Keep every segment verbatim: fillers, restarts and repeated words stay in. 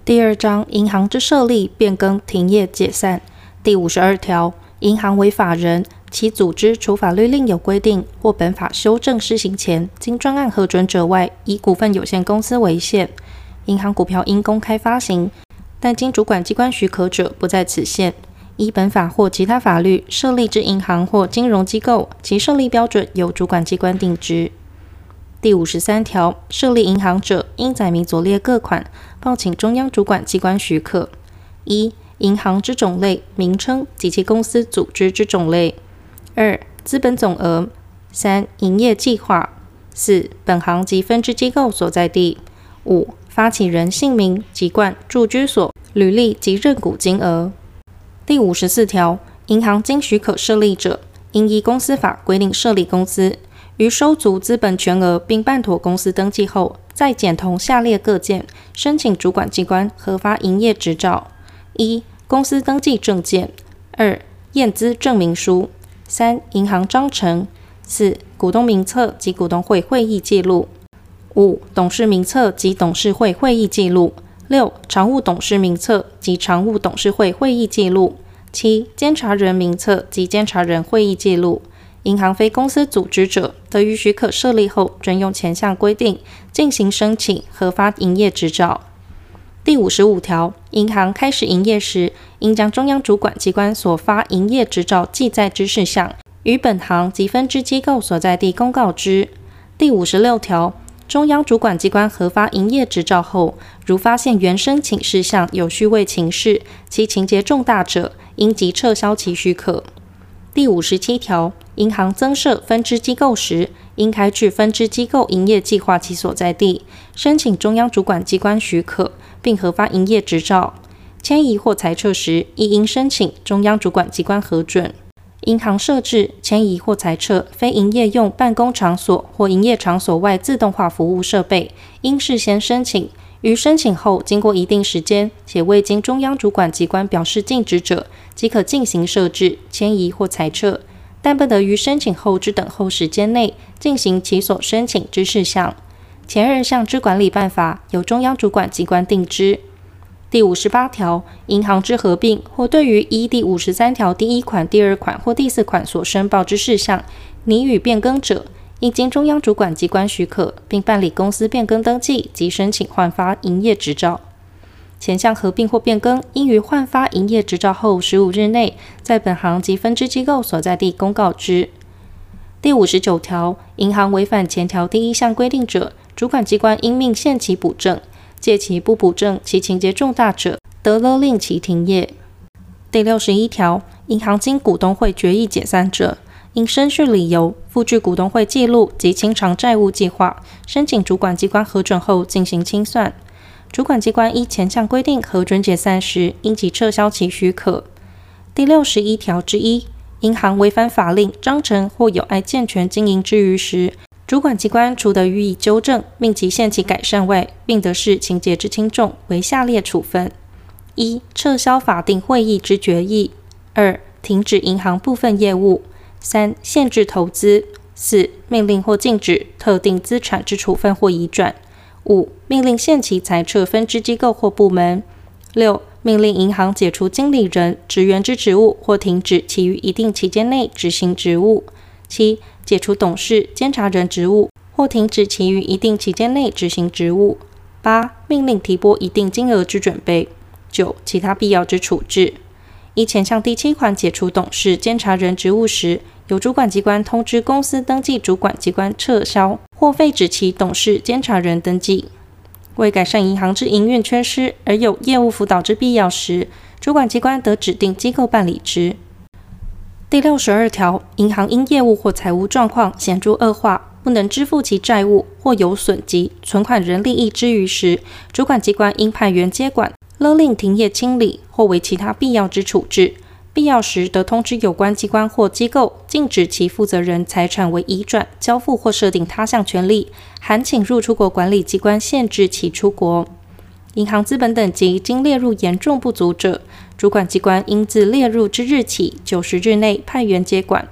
第二章银行之设立、变更、停业、解散。第五十二条，银行为法人，其组织除法律另有规定或本法修正施行前，经专案核准者外，以股份有限公司为限。银行股票应公开发行，但经主管机关许可者，不在此限。依本法或其他法律设立之银行或金融机构，其设立标准由主管机关定之。第五十三条，设立银行者，应载明左列各款，报请中央主管机关许可：一、银行之种类、名称及其公司组织之种类；二、资本总额；三、营业计划；四、本行及分支机构所在地；五、发起人姓名、籍贯、住居所、履历及认股金额。第五十四条，银行经许可设立者，应依公司法规定设立公司。于收足资本全额并办妥公司登记后，再检同下列各件，申请主管机关核发营业执照：一、公司登记证件；二、验资证明书；三、银行章程；四、股东名册及股东会会议记录；五、董事名册及董事会会议记录；六、常务董事名册及常务董事会会议记录；七、监察人名册及监察人会议记录。银行非公司组织者，得于许可设立后，准用前项规定进行申请核发营业执照。第五十五条，银行开始营业时，应将中央主管机关所发营业执照记载之事项，于本行及分支机构所在地公告之。第五十六条，中央主管机关核发营业执照后，如发现原申请事项有虚伪情事，其情节重大者，应即撤销其许可。第五十七条，银行增设分支机构时，应开具分支机构营业计划其所在地，申请中央主管机关许可，并核发营业执照。迁移或裁撤时，亦应申请中央主管机关核准。银行设置、迁移或裁撤非营业用办公场所或营业场所外自动化服务设备，应事先申请。于申请后经过一定时间，且未经中央主管机关表示禁止者，即可进行设置、迁移或裁撤，但不得于申请后之等候时间内进行其所申请之事项。前二项之管理办法由中央主管机关定之。第五十八条，银行之合并或对于依第五十三条第一款、第二款或第四款所申报之事项拟予变更者，应经中央主管机关许可，并办理公司变更登记及申请换发营业执照。前项合并或变更，应于换发营业执照后十五日内，在本行及分支机构所在地公告之。第五十九条，银行违反前条第一项规定者，主管机关应命限期补正，借其不补正，其情节重大者，得勒令其停业。第六十一条，银行经股东会决议解散者，应申叙理由，附具股东会记录及清偿债务计划，申请主管机关核准后进行清算。主管机关依前项规定核准解散时，应即撤销其许可。第六十一条之一，银行违反法令、章程或有碍健全经营之余时，主管机关除得予以纠正，命其限期改善外，并得视情节之轻重为下列处分：一、撤销法定会议之决议；二、停止银行部分业务；三、限制投资；四、命令或禁止特定资产之处分或移转；五、命令限期裁撤分支机构或部门；六、命令银行解除经理人、职员之职务或停止其于一定期间内执行职务；七、解除董事、监察人职务或停止其于一定期间内执行职务；八、命令提拨一定金额之准备；九、其他必要之处置。依前项第七款解除董事、监察人职务时，由主管机关通知公司登记主管机关撤销或废止其董事、监察人登记。为改善银行之营运缺失而有业务辅导之必要时，主管机关得指定机构办理之。第六十二条，银行因业务或财务状况显著恶化，不能支付其债务或有损及存款人利益之余时，主管机关应派员接管，勒令停业清理或为其他必要之处置。必要时得通知有关机关或机构，禁止其负责人财产为移转、交付或设定他项权利，函请入出国管理机关限制其出国。银行资本等级经列入严重不足者，主管机关应自列入之日起九十日内派员接管。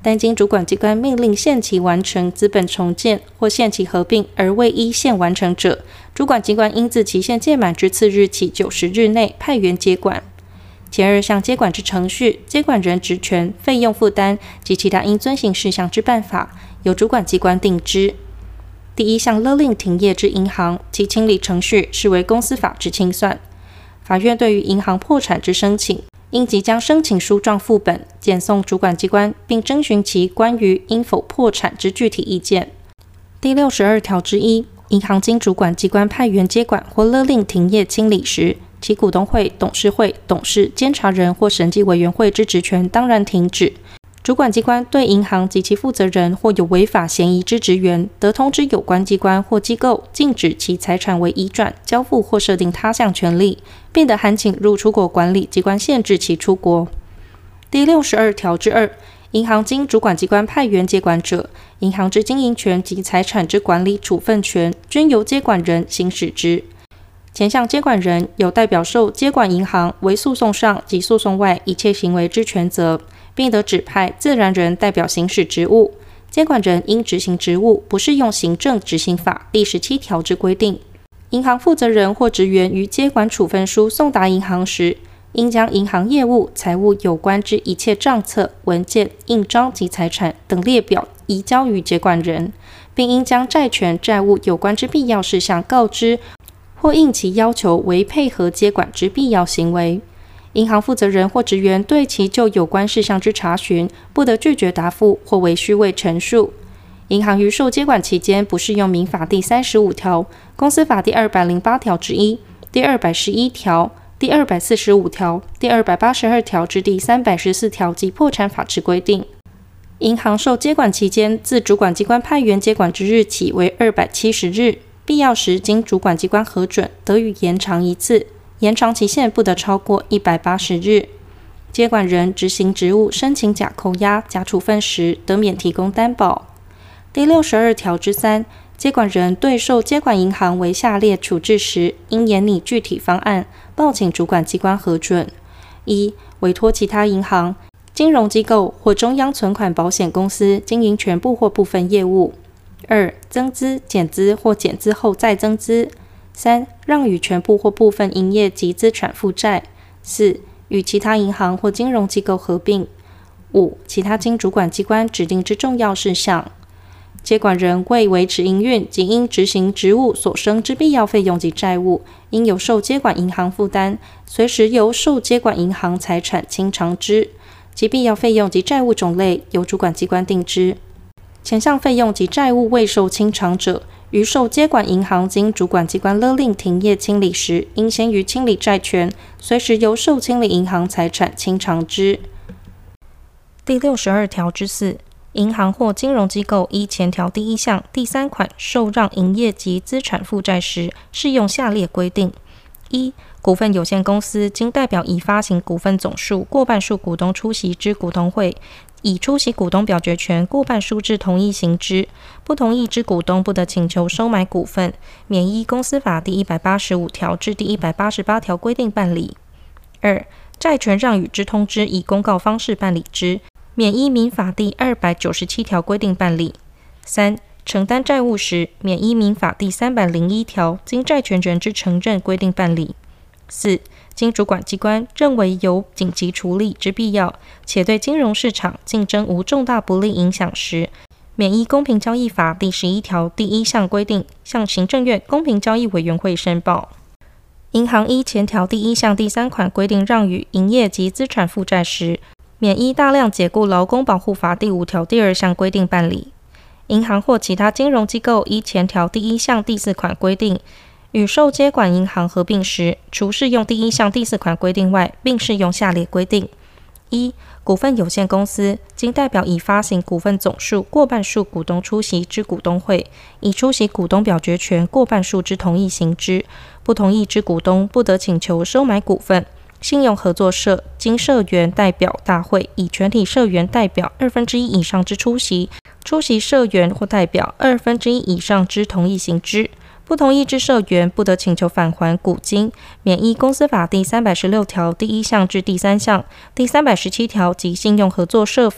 但经主管机关命令限期完成资本重建或限期合并而未依限完成者，主管机关应自期限届满之次日起九十日内派员接管。前二项接管之程序、接管人职权、费用负担及其他应遵行事项之办法，由主管机关定之。第一项勒令停业之银行，其清理程序视为公司法之清算。法院对于银行破产之申请，应即将申请书状副本检送主管机关，并征询其关于应否破产之具体意见。第六十二条之一，银行经主管机关派员接管或勒令停业清理时，其股东会、董事会、董事、监察人或审计委员会之职权当然停止。主管机关对银行及其负责人或有违法嫌疑之职员，得通知有关机关或机构，禁止其财产为移转、交付或设定他项权利，并得函请入出国管理机关限制其出国。第六十二条之二，银行经主管机关派员接管者，银行之经营权及财产之管理处分权，均由接管人行使之。前项接管人有代表受接管银行为诉讼上及诉讼外一切行为之权责，并得指派自然人代表行使职务。接管人应执行职务，不适用行政执行法第十七条之规定。银行负责人或职员于接管处分书送达银行时，应将银行业务、财务有关之一切账册、文件、印章及财产等列表移交于接管人，并应将债权、债务有关之必要事项告知，或应其要求为配合接管之必要行为。银行负责人或职员对其就有关事项之查询，不得拒绝答复或为虚伪陈述。银行于受接管期间，不适用民法第三十五条、公司法第二百零八条之一、第二百十一条、第二百四十五条、第二百八十二条至第三百十四条及破产法之规定。银行受接管期间，自主管机关派员接管之日起为二百七十日，必要时经主管机关核准，得予延长一次，延长期限不得超过一百八十日。接管人执行职务申请假扣押、假处分时，得免提供担保。第六十二条之三，接管人对受接管银行为下列处置时，应研拟具体方案，报请主管机关核准：一、委托其他银行、金融机构或中央存款保险公司经营全部或部分业务；二、增资、减资或减资后再增资；三、让与全部或部分营业及资产负债；四、与其他银行或金融机构合并；五、其他经主管机关指定之重要事项。接管人为维持营运及因执行职务所生之必要费用及债务，应由受接管银行负担，随时由受接管银行财产清偿之，其必要费用及债务种类由主管机关定之。前项费用及债务未受清偿者，于受接管银行经主管机关勒令停业清理时，应先于清理债权，随时由受清理银行财产清偿之。第六十二条之四，银行或金融机构依前条第一项第三款受让营业及资产负债时，适用下列规定：一、股份有限公司经代表已发行股份总数过半数股东出席之股东会，以出席股东表决权过半数之同意行之，不同意之股东不得请求收买股份，免依公司法第一百八十五条至第一百八十八条规定办理。二、债权让与之通知以公告方式办理之，免依民法第二百九十七条规定办理。三、承担债务时，免依民法第三百零一条经债权人之承认规定办理。四、经主管机关认为有紧急处理之必要，且对金融市场竞争无重大不利影响时，免依公平交易法第十一条第一项规定，向行政院公平交易委员会申报。银行依前条第一项第三款规定让与营业及资产负债时，免依大量解雇劳工保护法第五条第二项规定办理。银行或其他金融机构依前条第一项第四款规定，与受接管银行合并时，除适用第一项第四款规定外，并适用下列规定：一、股份有限公司经代表已发行股份总数过半数股东出席之股东会，以出席股东表决权过半数之同意行之，不同意之股东不得请求收买股份。信用合作社经社员代表大会以全体社员代表二分之一以上之出席，出席社员或代表二分之一以上之同意行之，不同意之社员不得请求返还股金，免依公司法第三百十六条第一项至第三项、第三百十七条及信用合作社法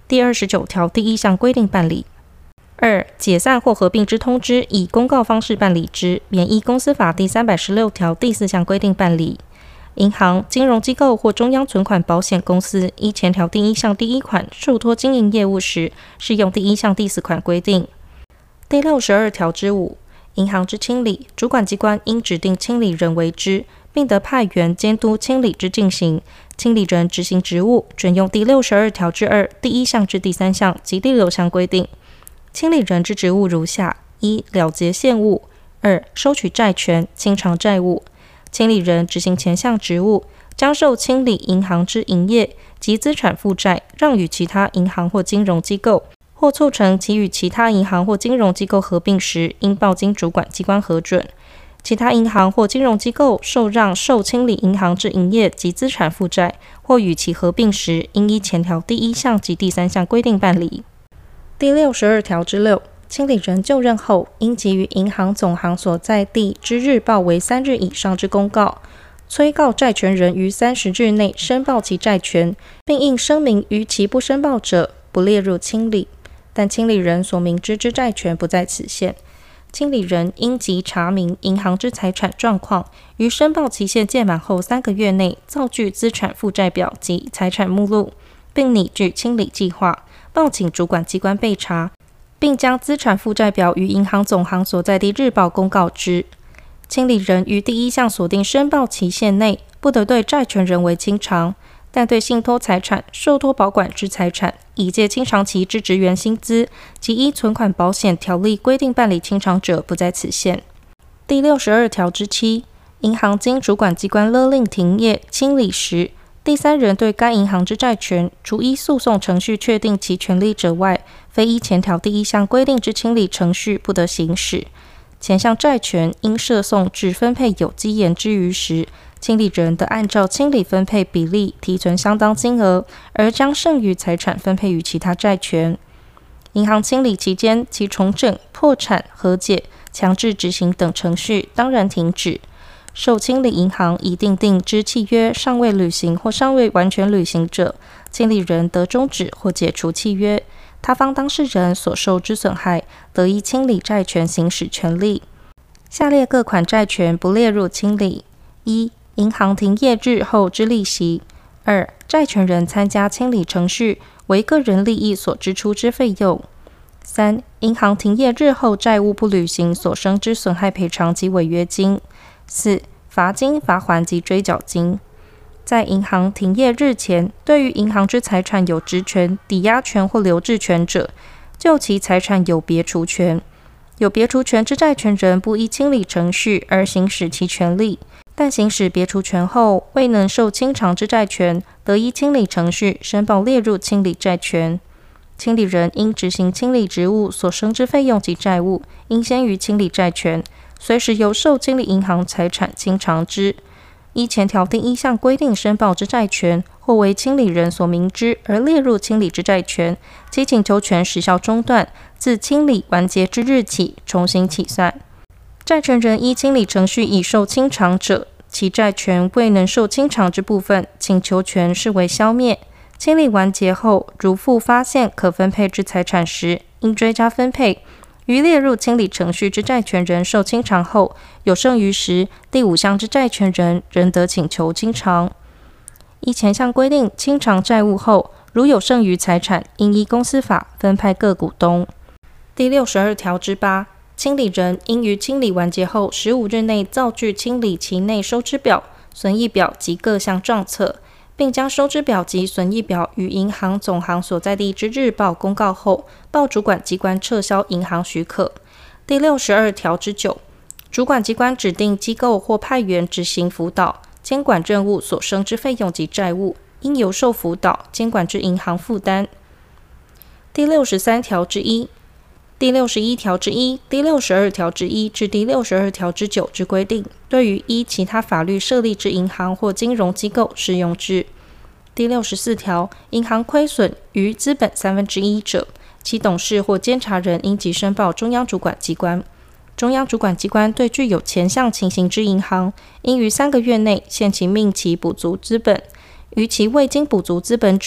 第二十九条第一项规定办理。二、解散或合并之通知，以公告方式办理之，免依公司法第三百十六条第四项规定办理。银行、金融机构或中央存款保险公司依前条第一项第一款受托经营业务时，适用第一项第四款规定。第六十二条之五，银行之清理，主管机关应指定清理人为之，并得派员监督清理之进行。清理人执行职务，准用第六十二条之二第一项至第三项及第六项规定。清理人之职务如下：一、了结现务；二、收取债权、清偿债务。清理人执行前项职务，将受清理银行之营业及资产负债让与其他银行或金融机构，或促成其与其他银行或金融机构合并时，应报经主管机关核准。其他银行或金融机构受让受清理银行之营业及资产负债，或与其合并时，应依前条第一项及第三项规定办理。第六十二条之六，清理人就任后，应给予银行总行所在地之日报为三日以上之公告，催告债权人于三十日内申报其债权，并应声明于其不申报者不列入清理，但清理人所明知之债权不在此限。清理人应即查明银行之财产状况，于申报期限届满后三个月内造具资产负债表及财产目录，并拟具清理计划，报请主管机关备查，并将资产负债表于银行总行所在地日报公告之。清理人于第一项锁定申报期限内，不得对债权人为清偿，但对信托财产、受托保管之财产，以借清偿其之职员薪资及依存款保险条例规定办理清偿者，不在此限。第六十二条之七，银行经主管机关勒令停业清理时，第三人对该银行之债权，除依诉讼程序确定其权利者外，非依前条第一项规定之清理程序不得行使。前项债权应涉讼至分配有基言之余时，清理人得按照清理分配比例提存相当金额，而将剩余财产分配于其他债权。银行清理期间，其重整、破产、和解、强制执行等程序当然停止。受清理银行已订定之契约尚未履行或尚未完全履行者，清理人得终止或解除契约，他方当事人所受之损害，得依清理债权行使权利。下列各款债权不列入清理：一、银行停业日后之利息；二、债权人参加清理程序为个人利益所支出之费用；三、银行停业日后债务不履行所生之损害赔偿及违约金；四、罚金、罚锾及追缴金。在银行停业日前，对于银行之财产有质权、抵押权或留置权者，就其财产有别除权。有别除权之债权人不依清理程序而行使其权利，但行使别除权后未能受清偿之债权，得依清理程序申报列入清理债权。清理人应执行清理职务所生之费用及债务，应先于清理债权，随时由受清理银行财产清偿之。依前条第一项规定申报之债权，或为清理人所明知而列入清理之债权，其请求权时效中断，自清理完结之日起重新起算。债权人依清理程序已受清偿者，其债权未能受清偿之部分，请求权视为消灭。清理完结后，如复发现可分配之财产时，应追加分配。于列入清理程序之债权人受清偿后，有剩余时，第五项之债权人仍得请求清偿。依前项规定清偿债务后，如有剩余财产，应依公司法分派各股东。第六十二条之八，清理人应于清理完结后十五日内造具清理期内收支表、损益表及各项账册，并将收支表及损益表于银行总行所在地之日报公告后，报主管机关撤销银行许可。第六十二条之九，主管机关指定机构或派员执行辅导、监管任务所生之费用及债务，应由受辅导、监管之银行负担。第六十三条之一、第六十一条之一、第六十二条之一至第六十二条之九之规定，对于依其他法律设立之银行或金融机构适用之。第六十四条，银行亏损逾资本三分之一者，其董事或监察人应即申报中央主管机关。中央主管机关对具有前项情形之银行，应于三个月内限期命其补足资本；于其未经补足资本者，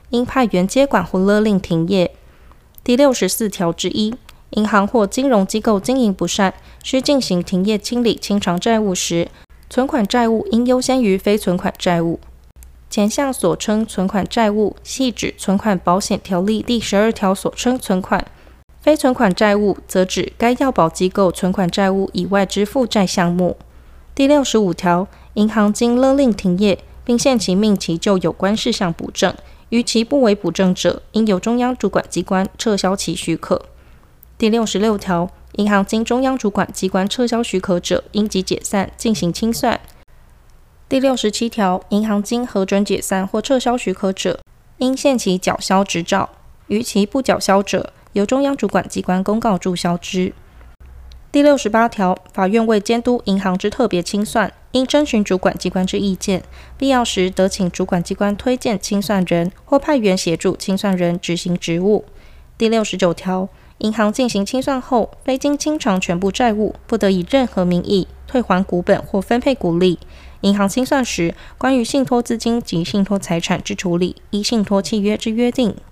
应派员接管或勒令停业。第六十四条之一，银行或金融机构经营不善，需进行停业清理清偿债务时，存款债务应优先于非存款债务。前项所称存款债务，系指存款保险条例第十二条所称存款；非存款债务，则指该要保机构存款债务以外之负债项目。第六十五条，银行经勒令停业，并限期命其就有关事项补正，逾期不为补正者，应由中央主管机关撤销其许可。第六十六条，银行经中央主管机关撤销许可者，应即解散，进行清算。第六十七条，银行经核准解散或撤销许可者，应限期缴销执照，逾期不缴销者，由中央主管机关公告注销之。第六十八条，法院为监督银行之特别清算，应征询主管机关之意见，必要时得请主管机关推荐清算人或派员协助清算人执行职务。第六十九条，银行进行清算后，非经清偿全部债务，不得以任何名义退还股本或分配股利。银行清算时，关于信托资金及信托财产之处理，依信托契约之约定，